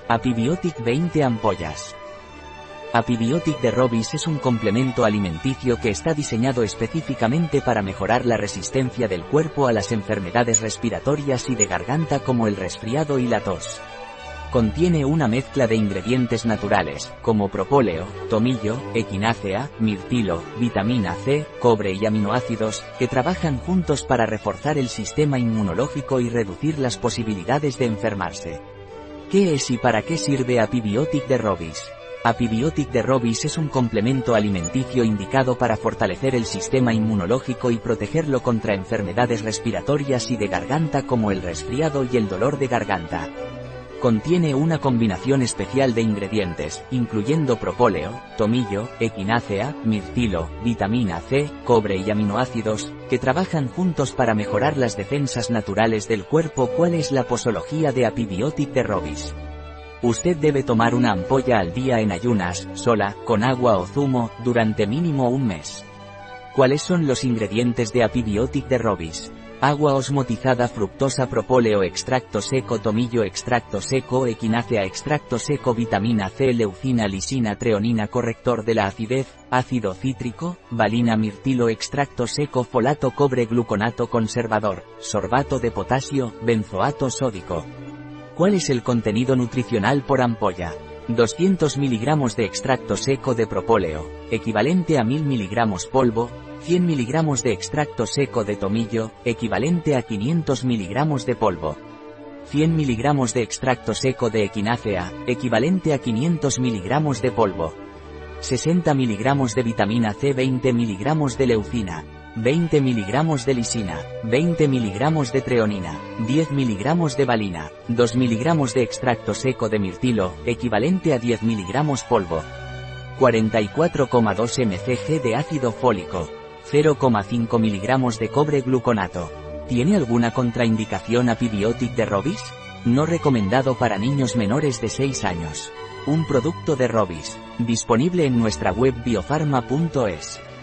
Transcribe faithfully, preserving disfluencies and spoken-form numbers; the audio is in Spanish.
Apibiotic veinte ampollas. Apibiotic de Robis es un complemento alimenticio que está diseñado específicamente para mejorar la resistencia del cuerpo a las enfermedades respiratorias y de garganta como el resfriado y la tos. Contiene una mezcla de ingredientes naturales, como propóleo, tomillo, equinácea, mirtilo, vitamina C, cobre y aminoácidos, que trabajan juntos para reforzar el sistema inmunológico y reducir las posibilidades de enfermarse. ¿Qué es y para qué sirve Apibiotic de Robis? Apibiotic de Robis es un complemento alimenticio indicado para fortalecer el sistema inmunológico y protegerlo contra enfermedades respiratorias y de garganta como el resfriado y el dolor de garganta. Contiene una combinación especial de ingredientes, incluyendo propóleo, tomillo, equinácea, mirtilo, vitamina C, cobre y aminoácidos, que trabajan juntos para mejorar las defensas naturales del cuerpo. ¿Cuál es la posología de Apibiotic de Robis? Usted debe tomar una ampolla al día en ayunas, sola, con agua o zumo, durante mínimo un mes. ¿Cuáles son los ingredientes de Apibiotic de Robis? Agua osmotizada, fructosa, propóleo, extracto seco, tomillo, extracto seco, equinácea, extracto seco, vitamina C, leucina, lisina, treonina, corrector de la acidez, ácido cítrico, valina, mirtilo, extracto seco, folato, cobre, gluconato, conservador, sorbato de potasio, benzoato sódico. ¿Cuál es el contenido nutricional por ampolla? doscientos miligramos de extracto seco de propóleo, equivalente a mil miligramos polvo, cien miligramos de extracto seco de tomillo, equivalente a quinientos miligramos de polvo. cien miligramos de extracto seco de equinácea, equivalente a quinientos miligramos de polvo. sesenta miligramos de vitamina C, veinte miligramos de leucina, veinte miligramos de lisina, veinte miligramos de treonina, diez miligramos de valina, dos miligramos de extracto seco de mirtilo, equivalente a diez miligramos polvo. cuarenta y cuatro coma dos miligramos de ácido fólico, cero coma cinco miligramos de cobre gluconato. ¿Tiene alguna contraindicación Apibiotic de Robis? No recomendado para niños menores de seis años. Un producto de Robis, disponible en nuestra web biofarma punto es.